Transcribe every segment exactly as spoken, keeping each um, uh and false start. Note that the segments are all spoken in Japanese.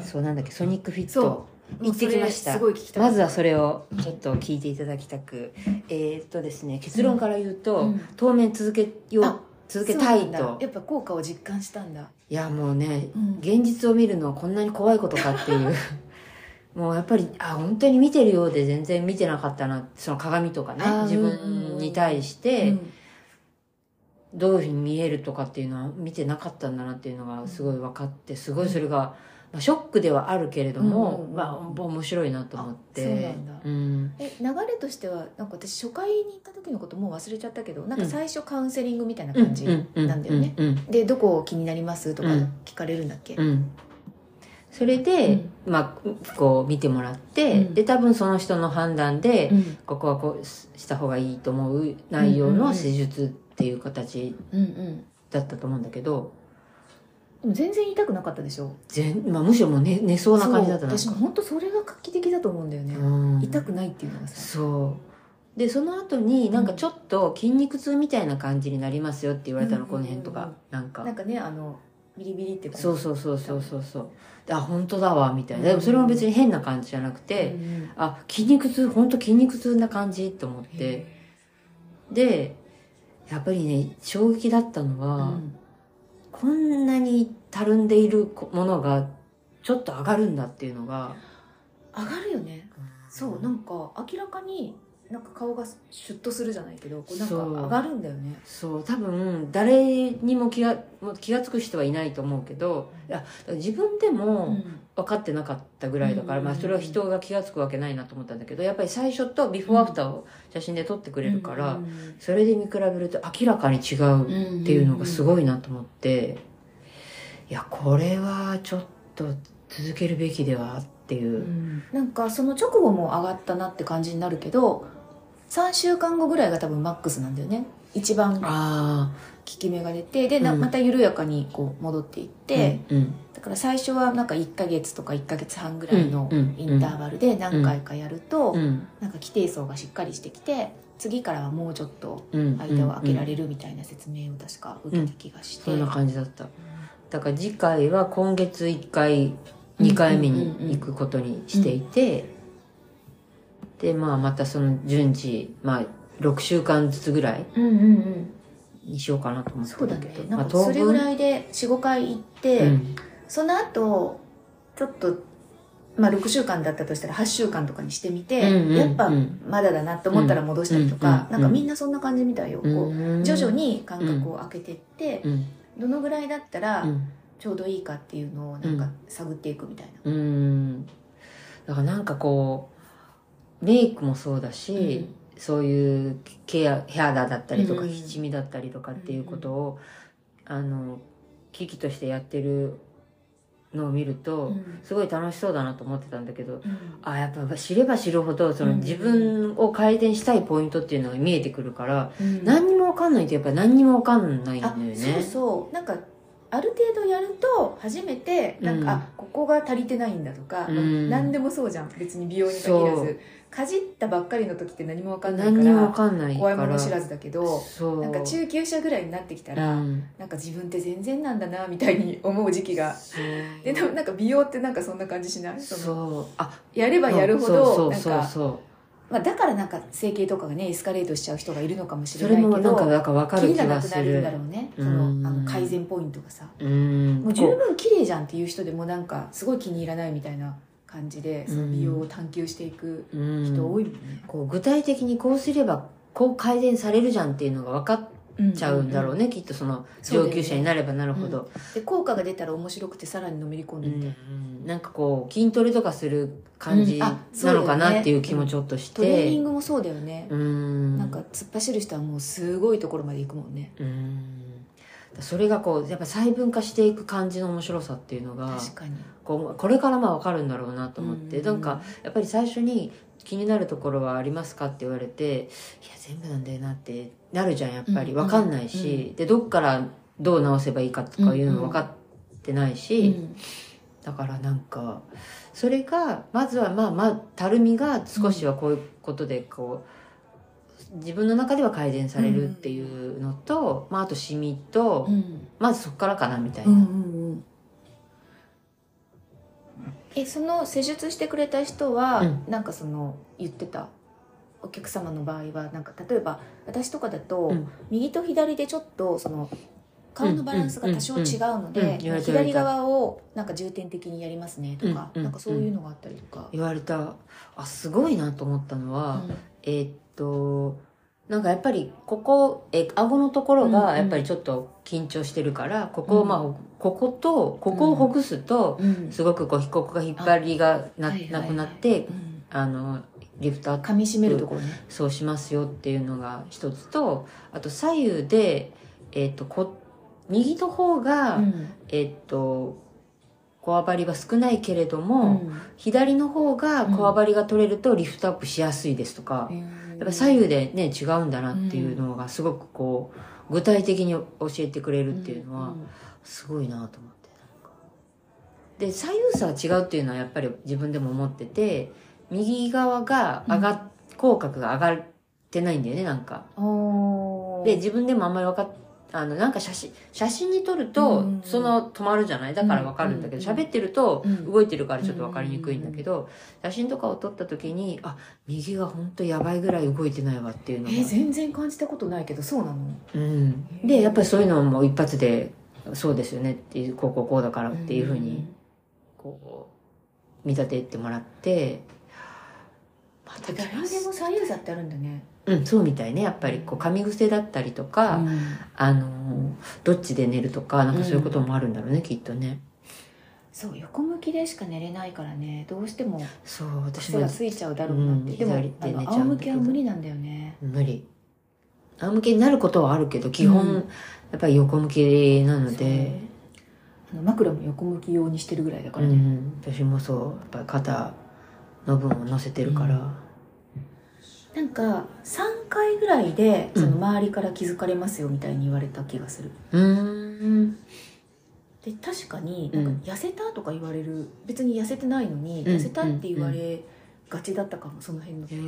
そうなんだっけ、ソニックフィットそう行ってきました。 すごい聞きたまずはそれをちょっと聞いていただきたく、えー、っとですね、結論から言うと、うん、当面続けよう続けたいと。 やっぱ効果を実感したんだ。 いやもうね、うん、現実を見るのはこんなに怖いことかっていうもうやっぱりあ本当に見てるようで全然見てなかったな、その鏡とかね、自分に対して、うんどういうふうに見えるとかっていうのは見てなかったんだなっていうのがすごい分かって、すごいそれが、まあ、ショックではあるけれども、うんうんうん、まあ面白いなと思って。 そうなんだ、うん、え流れとしてはなんか私初回に行った時のこともう忘れちゃったけど、なんか最初カウンセリングみたいな感じなんだよね。でどこ気になりますとか聞かれるんだっけ、うんうんそれで、うん、まあこう見てもらって、うん、で多分その人の判断で、うん、ここはこうした方がいいと思う内容の施術っていう形だったと思うんだけど、 でも全然痛くなかったでしょ。 全、まあ、むしろもう 寝, 寝そうな感じだった。 私も本当それが画期的だと思うんだよね、うん、痛くないっていうのがさ。 そうでその後になんかちょっと筋肉痛みたいな感じになりますよって言われたの、うん、この辺とかなんかなんかねあのビリビリって感じ。 そうそうそうそうそうそうあ本当だわみたいな。でもそれも別に変な感じじゃなくて、うんうん、あ筋肉痛本当筋肉痛な感じと思って、でやっぱりね衝撃だったのは、うん、こんなにたるんでいるものがちょっと上がるんだっていうのが上がるよね、うん、そうなんか明らかになんか顔がシュッとするじゃないけどこうなんか上がるんだよね。 そう多分誰にも気が気が付く人はいないと思うけど、いや自分でも分かってなかったぐらいだから、うん、まあそれは人が気が付くわけないなと思ったんだけど、やっぱり最初とビフォーアフターを写真で撮ってくれるから、うん、それで見比べると明らかに違うっていうのがすごいなと思って、いやこれはちょっと続けるべきではっていう、うん、 なんかその直後も上がったなって感じになるけどさんしゅうかんごぐらいが多分マックスなんだよね。一番効き目が出てで、うん、また緩やかにこう戻っていって、うんうん、だから最初はなんかいっかげつとかいっかげつはんぐらいのインターバルで何回かやると、うんうん、なんか基底層がしっかりしてきて次からはもうちょっと間を空けられるみたいな説明を確か受けた気がして、 うんうん、そんな感じだった。だから次回は今月いっかいにかいめに行くことにしていて、うんうんうんでまあ、またその順次、まあ、ろくしゅうかんずつぐらいにしようかなと思ってるけど、うんうんうん、そうだね。 なんかそれぐらいで よん,ご 回行って、うん、その後ちょっと、まあ、ろくしゅうかんだったとしたらはっしゅうかんとかにしてみて、うんうんうん、やっぱまだだなと思ったら戻したりとか、うんうんうん、なんかみんなそんな感じみたいよ、うんうん、こう徐々に間隔を空けてって、うん、どのぐらいだったらちょうどいいかっていうのをなんか探っていくみたいな、うんうん、 だからなんかこうメイクもそうだし、うん、そういうケアヘアだったりとか、うん、七味だったりとかっていうことを、うん、あの機器としてやってるのを見ると、うん、すごい楽しそうだなと思ってたんだけど、うん、あやっぱ知れば知るほどその自分を改善したいポイントっていうのが見えてくるから、うん、何にも分かんないとやっぱり何にも分かんないんだよね。 そうそうなんかある程度やると初めてなんか、うん、あここが足りてないんだとか、うん、何でもそうじゃん別に美容に限らずかじったばっかりの時って何も分かんないから何も分かんない怖いもの知らずだけどなんか中級者ぐらいになってきたら、うん、なんか自分って全然なんだなみたいに思う時期がででもなんか美容ってなんかそんな感じしない？そのあやればやるほどなんかまあ、だからなんか整形とかがねエスカレートしちゃう人がいるのかもしれないけど、それもなんか分かる気がする。気にならなくなるんだろうね。そのあの改善ポイントがさ、うんもう十分綺麗じゃんっていう人でもなんかすごい気に入らないみたいな感じで、その美容を探求していく人多いもんね。 こう具体的にこうすればこう改善されるじゃんっていうのが分かっちゃうんだろうね、うんうんうん、きっとその上級者になればなるほど、 うん、で効果が出たら面白くてさらにのめり込んでみたいな、 うんうん、なんかこう筋トレとかする感じなのかなっていう気もちょっとして、 うんねうん、トレーニングもそうだよね、うん、なんか突っ走る人はもうすごいところまで行くもんね、うん、 それがこうやっぱ細分化していく感じの面白さっていうのが確かにこうこれからまあ分かるんだろうなと思って、うんうん、なんかやっぱり最初に気になるところはありますかって言われて、いや全部なんだよなってなるじゃんやっぱり分かんないし、うんうん、でどっからどう直せばいいかとかいうの分かってないし、うんうん、だからなんかそれがまずはまあまあたるみが少しはこういうことでこう自分の中では改善されるっていうのと、うんまあ、あとシミと、うん、まずそっからかなみたいな、うんうんうんえその施術してくれた人は、 うん、 なんかその言ってたお客様の場合はなんか例えば私とかだと、うん、右と左でちょっとその顔のバランスが多少違うので、左側をなんか重点的にやりますねとか、うん、なんかそういうのがあったりとか言われた。あ、すごいなと思ったのは、うん、えー、っとなんかやっぱりここえ顎のところがやっぱりちょっと緊張してるから、うん、ここ、まあこことここをほぐすと、うん、すごくこうここが引っ張りが な,、なくなって、うん、あのリフトアップ噛み締めるところね、 そうしますよっていうのが一つと、あと左右で、えー、っとこ右の方が、うん、えー、っとこわばりは少ないけれども、うん、左の方がこわばりが取れるとリフトアップしやすいですとか、うん、やっぱ左右でね違うんだなっていうのがすごくこう具体的に教えてくれるっていうのはすごいなと思って、で左右差が違うっていうのはやっぱり自分でも思ってて、右側が上がっ、うん、口角が上がってないんだよね、なんか。で自分でもあんまり分かっあのなんか写真写真に撮るとその止まるじゃない、だから分かるんだけど、喋ってると動いてるからちょっと分かりにくいんだけど、写真とかを撮った時にあ右が本当やばいぐらい動いてないわっていうのが、 えー、全然感じたことないけどそうなの、 うん、でやっぱりそういうのも一発でそうですよねっていう、こうこうこうだからっていうふうにこう見立ててもらって、 また誰でも左右差ってあるんだね。 うん、そうみたいね。やっぱりこう噛み癖だったりとか、うん、あのどっちで寝るとかなんかそういうこともあるんだろうね、うん、きっとね。 そう横向きでしか寝れないからね、どうしてもそう私も癖がついちゃうだろうなって、うん、でもであの仰向けは無理なんだよね。 無理。仰向けになることはあるけど基本、うん、やっぱり横向きなので、 あの枕も横向き用にしてるぐらいだからね、うん、 私もそうやっぱり肩の分を乗せてるから、うん、 なんかさんかいぐらいでその周りから気づかれますよみたいに言われた気がする。 うん、 で確かになんか痩せたとか言われる、別に痩せてないのに痩せたって言われがちだったかも、その辺の時って。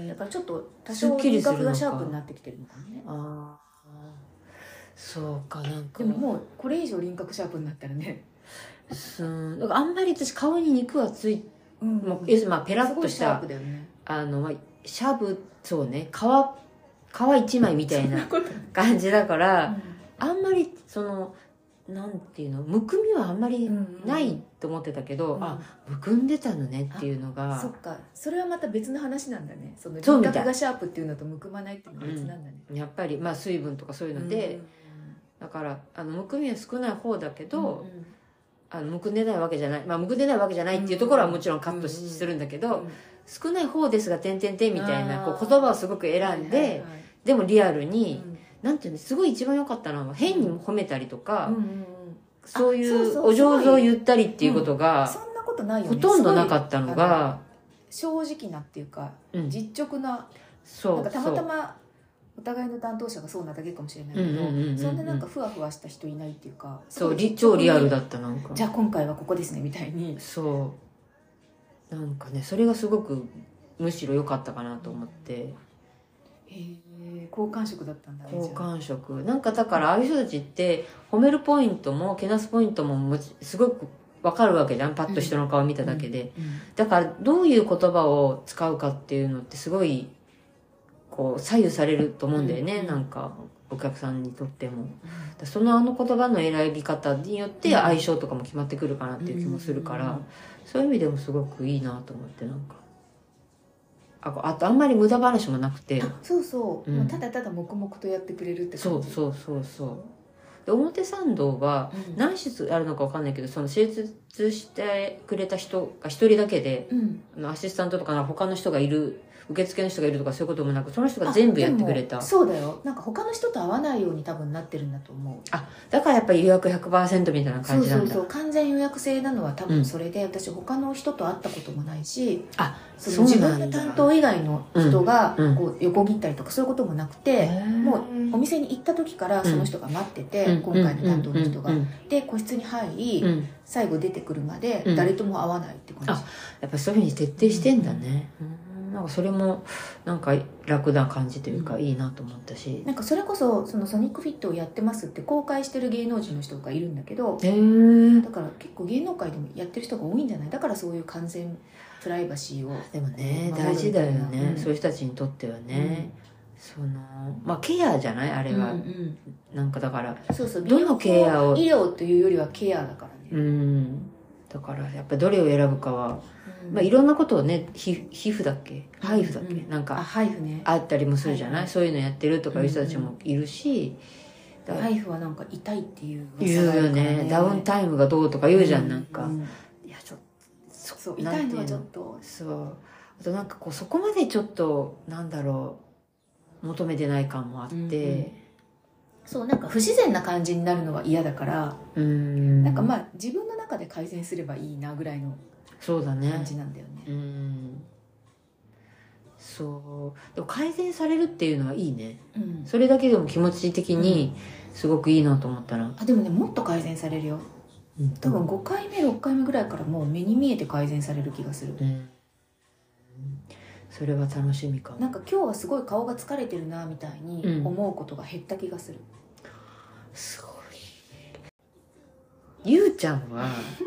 だからちょっと多少輪郭がシャープになってきてるのかもね。ああ、そうか。なんかでももうこれ以上輪郭シャープになったらね、 うん、だからあんまり私顔に肉はつい、うん、もう要するにまあペラッとした、ね、あのまあシャブ、そうね、皮皮一枚みたいな感じだから、うん、あんまりそのなんていうの、むくみはあんまりないと思ってたけど、うんうん、あむくんでたのねっていうのが、 そっか、それはまた別の話なんだね。その輪郭がシャープっていうのとむくまないっていうのは別なんだね、 うん、やっぱりまあ水分とかそういうので、うんうん、だからあのむくみは少ない方だけど、うんうん、あのむくんでないわけじゃない、まあむくんでないわけじゃないっていうところはもちろんカットするんだけど、うんうんうん、少ない方ですが点々点みたいなこう言葉をすごく選んで、はいはいはい、でもリアルに、うん、なんていうの、すごい一番良かったのは変に褒めたりとか、うんうんうん、そういうお上手を言ったりっていうことが、うん、そんなことないよね、ほとんどなかったのが正直なっていうか、うん、実直な、そうなんかたまたまお互いの担当者がそうなだけかもしれないけど、うんうんうんうん、そんななんかふわふわした人いないっていうか、 そう超リアルだった。なんかじゃあ今回はここですねみたいに、 そうなんかね、それがすごくむしろ良かったかなと思って、 うん、へえ、好感触だったんだね。 好感触なんかだからああいう人たちって褒めるポイントもけなすポイントもすごく分かるわけじゃん、パッと人の顔見ただけで、うんうんうん、だからどういう言葉を使うかっていうのってすごいこう左右されると思うんだよね、うん、なんかお客さんにとっても、うん、そのあの言葉の選び方によって相性とかも決まってくるかなっていう気もするから、うん、そういう意味でもすごくいいなと思って、なんかあ, あとあんまり無駄話もなくて、 そうそう、うん、ただただ黙々とやってくれるって感じ。そうそうそうそう。で表参道は何室あるのか分かんないけど、その施術してくれた人が一人だけで、うん、アシスタントとか他の人がいる、受付の人がいるとかそういうこともなく、その人が全部やってくれた。 そうだよ、なんか他の人と会わないように多分なってるんだと思う。 あ、だからやっぱり予約 ひゃくパーセント みたいな感じなんだ。 そうそうそう、完全予約制なのは多分それで、うん、私他の人と会ったこともないし、あ、その自分の担当以外の人がこう横切ったりとかそういうこともなくて、うん、もうお店に行った時からその人が待ってて、うん、今回の担当の人が、うん、で個室に入り、うん、最後出てくるまで誰とも会わないって感じ、うん、あ、 やっぱそういうふうに徹底してんだね、うん、 なんかそれもなんか楽な感じというか、いいなと思ったし、 なんかそれこそそのソニックフィットをやってますって公開してる芸能人の人がいるんだけど、 へー、 だから結構芸能界でもやってる人が多いんじゃない？だからそういう完全プライバシーをでもね大事だよね、うん、そういう人たちにとってはね、うん、そのまあケアじゃないあれは、うんうん、なんかだからそうそう、 どのケアを医療というよりはケアだからね、 うん、だからやっぱりどれを選ぶかは、まあ、いろんなことをね、皮膚だっけ、ハイフだっけ、うん、なんかあ、ハイフね、 あったりもするじゃない、はいはい、そういうのやってるとかいう人たちもいるし、 うんうん、ハイフはなんか痛いっていう言うよね、ダウンタイムがどうとか言うじゃん、なんか、 うんうん、いやちょっとそう痛いのはちょっと、 そうあとなんかこうそこまでちょっとなんだろう求めてない感もあって、うんうん、 そうなんか不自然な感じになるのは嫌だから、うん、なんかまあ自分の中で改善すればいいなぐらいのそうだね感じなんだよね。 うん、そうでも改善されるっていうのはいいね、うん、それだけでも気持ち的にすごくいいなと思ったら、うん、 あでもねもっと改善されるよ、うん、多分ごかいめろっかいめぐらいからもう目に見えて改善される気がする、うん、 それは楽しみかも。 なんか今日はすごい顔が疲れてるなみたいに思うことが減った気がする、うん、 すごい。ゆうちゃんは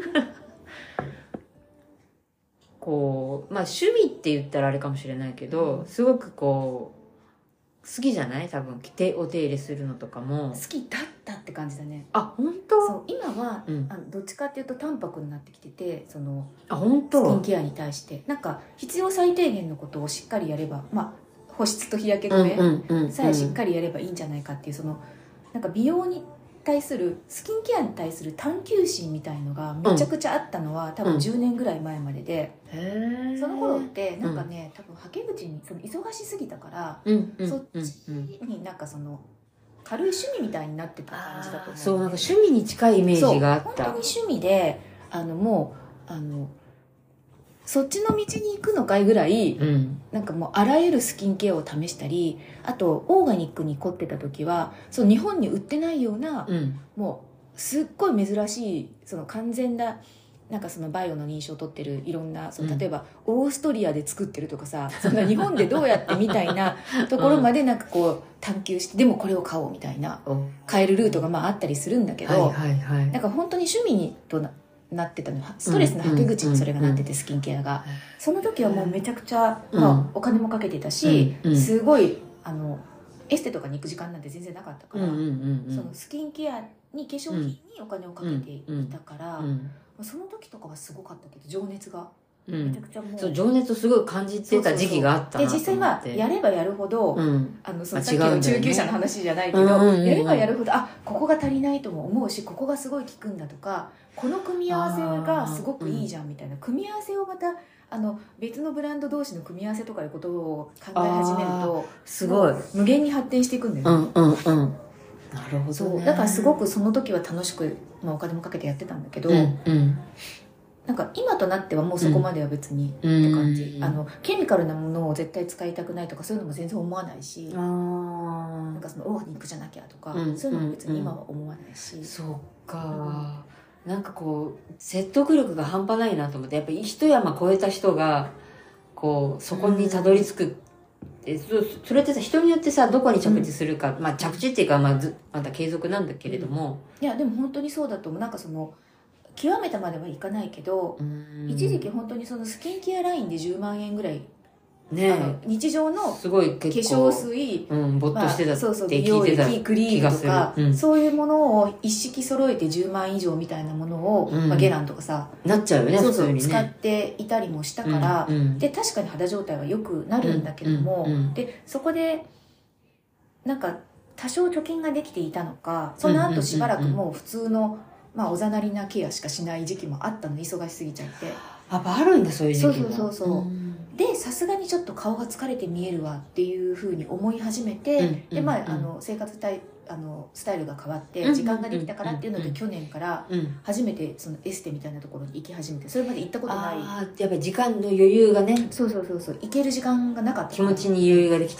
こうまあ趣味って言ったらあれかもしれないけど、すごくこう好きじゃない？多分手お手入れするのとかも好きだったって感じだね。 あ、本当？ そう今は、うん、あのどっちかっていうと淡白になってきてて、そのあ本当？ スキンケアに対してなんか必要最低限のことをしっかりやれば、まあ保湿と日焼け止めさえしっかりやればいいんじゃないかっていう、そのなんか美容に対するスキンケアに対する探求心みたいのがめちゃくちゃあったのは、うん、多分じゅうねんぐらい前までで、うん、その頃ってなんかね、うん、多分はけ口にその忙しすぎたから、うんうん、そっちになんかその軽い趣味みたいになってた感じだと思う、ね、 そうなんか趣味に近いイメージがあった。 本当に趣味であのもうあのそっちの道に行くのかいぐらい、うん、なんかもうあらゆるスキンケアを試したり、あとオーガニックに凝ってた時はそう日本に売ってないような、うん、もうすっごい珍しいその完全ななんかそのバイオの認証を取ってるいろんなその例えばオーストリアで作ってるとかさ、そんな日本でどうやってみたいなところまでなんかこう探求して、でもこれを買おうみたいな買えるルートがまああったりするんだけど、はいはいはい、なんか本当に趣味にとななってたの、ストレスのはけ口にそれがなってて、スキンケアがその時はもうめちゃくちゃ、まあ、お金もかけてたし、すごいあのエステとかに行く時間なんて全然なかったから、そのスキンケアに化粧品にお金をかけていたから、その時とかはすごかったけど情熱がめちゃくちゃもう、うん、 そう情熱をすごい感じてた時期があったなと思って。 で実際まあやればやるほど、うん、あのそのさっきの中級者の話じゃないけど、うんうんうん、やればやるほどあここが足りないとも思うし、ここがすごい効くんだとか、この組み合わせがすごくいいじゃんみたいな、うん、組み合わせをまたあの別のブランド同士の組み合わせとかいうことを考え始めるとすごい無限に発展していくんだよね、 うんうんうん、なるほどね。 そうだからすごくその時は楽しく、まあ、お金もかけてやってたんだけど、うんうんなんか今となってはもうそこまでは別にって感じ、うん、あのケミカルなものを絶対使いたくないとかそういうのも全然思わないし、あなんかそのオーガニックじゃなきゃとか、うん、そういうのも別に今は思わないし、 うん、そうか、うん、なんかこう説得力が半端ないなと思って、やっぱり一山越えた人がこうそこにたどり着く、うんえ そ, それってさ人によってさどこに着地するか、うん、まあ着地っていうかまあずまた継続なんだけれども、 うん、いやでも本当にそうだと思う。なんかその極めたまではいかないけど、一時期本当にそのスキンケアラインでじゅうまんえんぐらい、ね、あの日常の化粧水、 うん、ぼっとしてたって聞いてた、まあ、そうそう美容液クリームとか、うん、そういうものを一式揃えてじゅうまん以上みたいなものを、うんまあ、ゲランとかさなっちゃうよね、 そうそう、 普通にね、 使っていたりもしたから、うんうん、で確かに肌状態は良くなるんだけども、うんうんうん、でそこでなんか多少貯金ができていたのか、その後しばらくもう普通のまあ、おざなりなケアしかしない時期もあったので忙しすぎちゃって、 ああるんだそういう時期が。 そうそうそうそう、うん、でさすがにちょっと顔が疲れて見えるわっていうふうに思い始めて、うん、でまあ、うん、あの生活スタイあのスタイルが変わって時間ができたからっていうので、去年から初めてそのエステみたいなところに行き始めて、それまで行ったことない。 あやっぱり時間の余裕がね、 そうそうそうそう、行ける時間がなかった、 気持ちに余裕ができたんだ。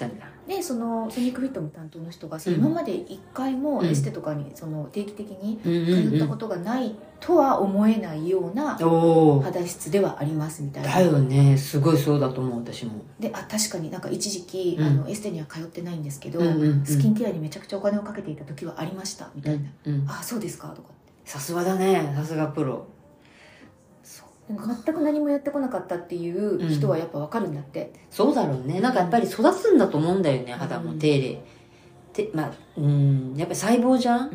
でそのソニックフィットの担当の人が、その今まで一回もエステとかにその定期的に通ったことがないとは思えないような肌質ではありますみたいな。 だよね、すごいそうだと思う私も。 で、あ、確かになんか一時期、 うん、 あのエステには通ってないんですけど、 うんうんうん、 スキンケアにめちゃくちゃお金をかけていた時はありましたみたいな、 うんうん、 あ、そうですかとかって。 さすがだね、さすがプロ。 全く何もやってこなかったっていう人はやっぱ分かるんだって、 うん、そうだろうね。なんかやっぱり育つんだと思うんだよね、うん、肌も手入れて、まあうんやっぱり細胞じゃん、うんうん、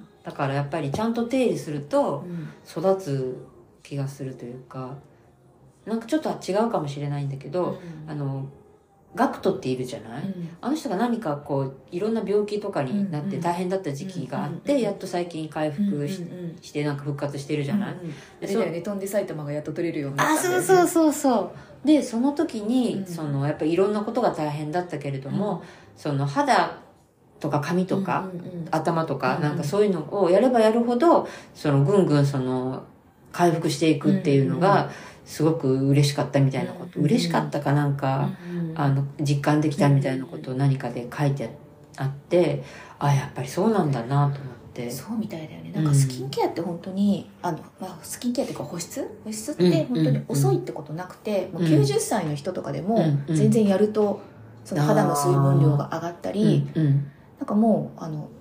だからやっぱりちゃんと手入れすると育つ気がするというか、なんかちょっとは違うかもしれないんだけど、うん、あのガクトっているじゃない、うん、あの人が何かこういろんな病気とかになって大変だった時期があって、うんうん、やっと最近回復 し,、うんうん、してなんか復活してるじゃない、うんうん、 でそうだよね、飛んで埼玉がやっと取れるようになったんだよね。あ、そうそうそうそうでその時に、うん、そのやっぱりいろんなことが大変だったけれども、うん、その肌とか髪とか、うんうんうん、頭とか、うんうん、なんかそういうのをやればやるほどそのぐんぐんその回復していくっていうのが、うんうんうん、すごく嬉しかったみたいなこと、うんうん、嬉しかったかなんか、うんうん、あの実感できたみたいなことを何かで書いてあって、あ、やっぱりそうなんだなと思って。 そうみたいだよね。なんかスキンケアって本当に、うん、あの、まあ、スキンケアっていうか保湿保湿って本当に遅いってことなくて、うんうん、もうきゅうじゅっさいの人とかでも全然やるとその肌の水分量が上がったり、うんうん、なんかもうあの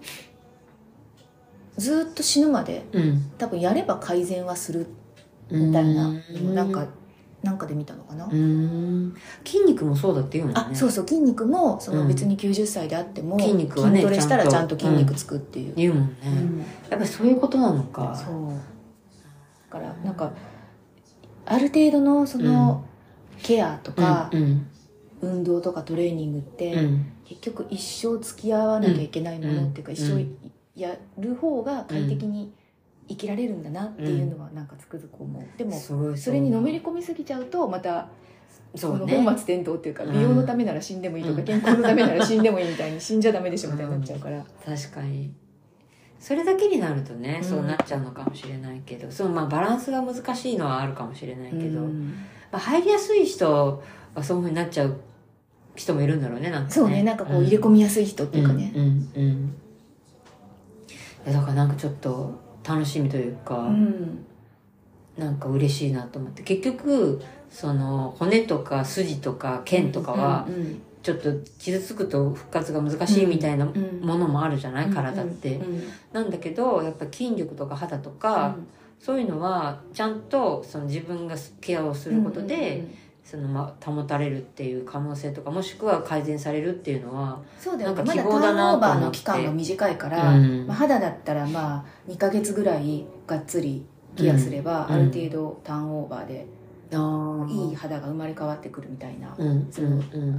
ずっと死ぬまで、うん、多分やれば改善はするみたいな、なんかなんかで見たのかな。うーん、筋肉もそうだって言うもんね。 あ、そうそう、筋肉もその別にきゅうじゅっさいであっても、うん、筋肉はね、筋トレしたらちゃんと筋肉つくっていう、うん、 言うもんね、うん、やっぱりそういうことなのか。 そうだからなんかある程度のその、ケアとか、うん、運動とかトレーニングって、結局一生付き合わなきゃいけないものっていうか、一生やる方が快適に生きられるんだなっていうのはなんかつくづく思う、うん、でもそれにのめり込みすぎちゃうとまたその本末転倒っていうか、美容のためなら死んでもいいとか、うん、健康のためなら死んでもいいみたいに死んじゃダメでしょみたいになっちゃうから、うん、 確かにそれだけになるとね、うん、そうなっちゃうのかもしれないけど、そのまあバランスが難しいのはあるかもしれないけど、うん、まあ、入りやすい人はそういう風になっちゃう人もいるんだろうね、なんかね。 そうね、なんかこう入れ込みやすい人っていうかね、 うんうんうん、だからなんかちょっと楽しみというか、うん、なんか嬉しいなと思って、結局その骨とか筋とか腱とかはちょっと傷つくと復活が難しいみたいなものもあるじゃない、うん、体って、うんうん、なんだけどやっぱ筋力とか肌とか、うん、そういうのはちゃんとその自分がケアをすることで、うんうんうん、そのまあ保たれるっていう可能性とか、もしくは改善されるっていうのは、 そうだよね、なんか希望だなと思って。まだターンオーバーの期間が短いから、うん、まあ、肌だったらまあにかげつぐらいがっつりケアすれば、うん、ある程度ターンオーバーで、うん、いい肌が生まれ変わってくるみたいな、うん、その、うん、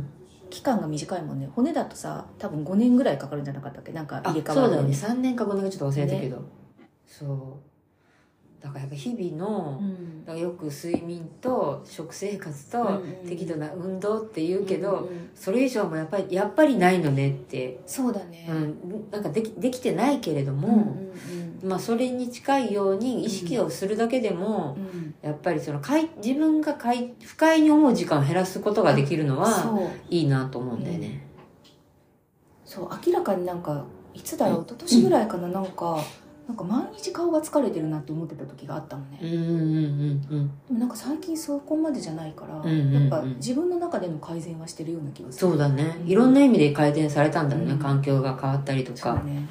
期間が短いもんね。骨だとさ多分ごねんぐらいかかるんじゃなかったっけ、なんか入れ替わる。 そうだよね、さんねんかごねんかちょっと忘れたけど、ね、そうだからやっぱ日々の、うん、だからよく睡眠と食生活と適度な運動って言うけど、うんうん、それ以上もやっぱりやっぱりないのねって。 そうだね、 うん、なんかでき、できてないけれども、うんうんうん、まあそれに近いように意識をするだけでも、うん、やっぱりその自分が不快に思う時間を減らすことができるのはいいなと思うんだよね、 うん、そう明らかになんかいつだろう、一昨年ぐらいかな、なんかなんか毎日顔が疲れてるなって思ってた時があったのね、うんうんうんうん、でもなんか最近そこまでじゃないから、うんうんうん、やっぱ自分の中での改善はしてるような気がする。 そうだね、いろんな意味で改善されたんだろうね、うん、環境が変わったりとか、そうね、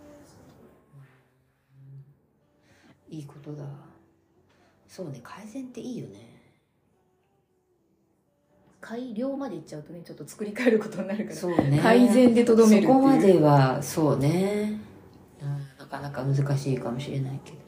いいことだ。そうね、改善っていいよね。 改良までいっちゃうとね、ちょっと作り変えることになるから、 そうね、 改善でとどめるっていう、 そこまではそうね、なかなか難しいかもしれないけど。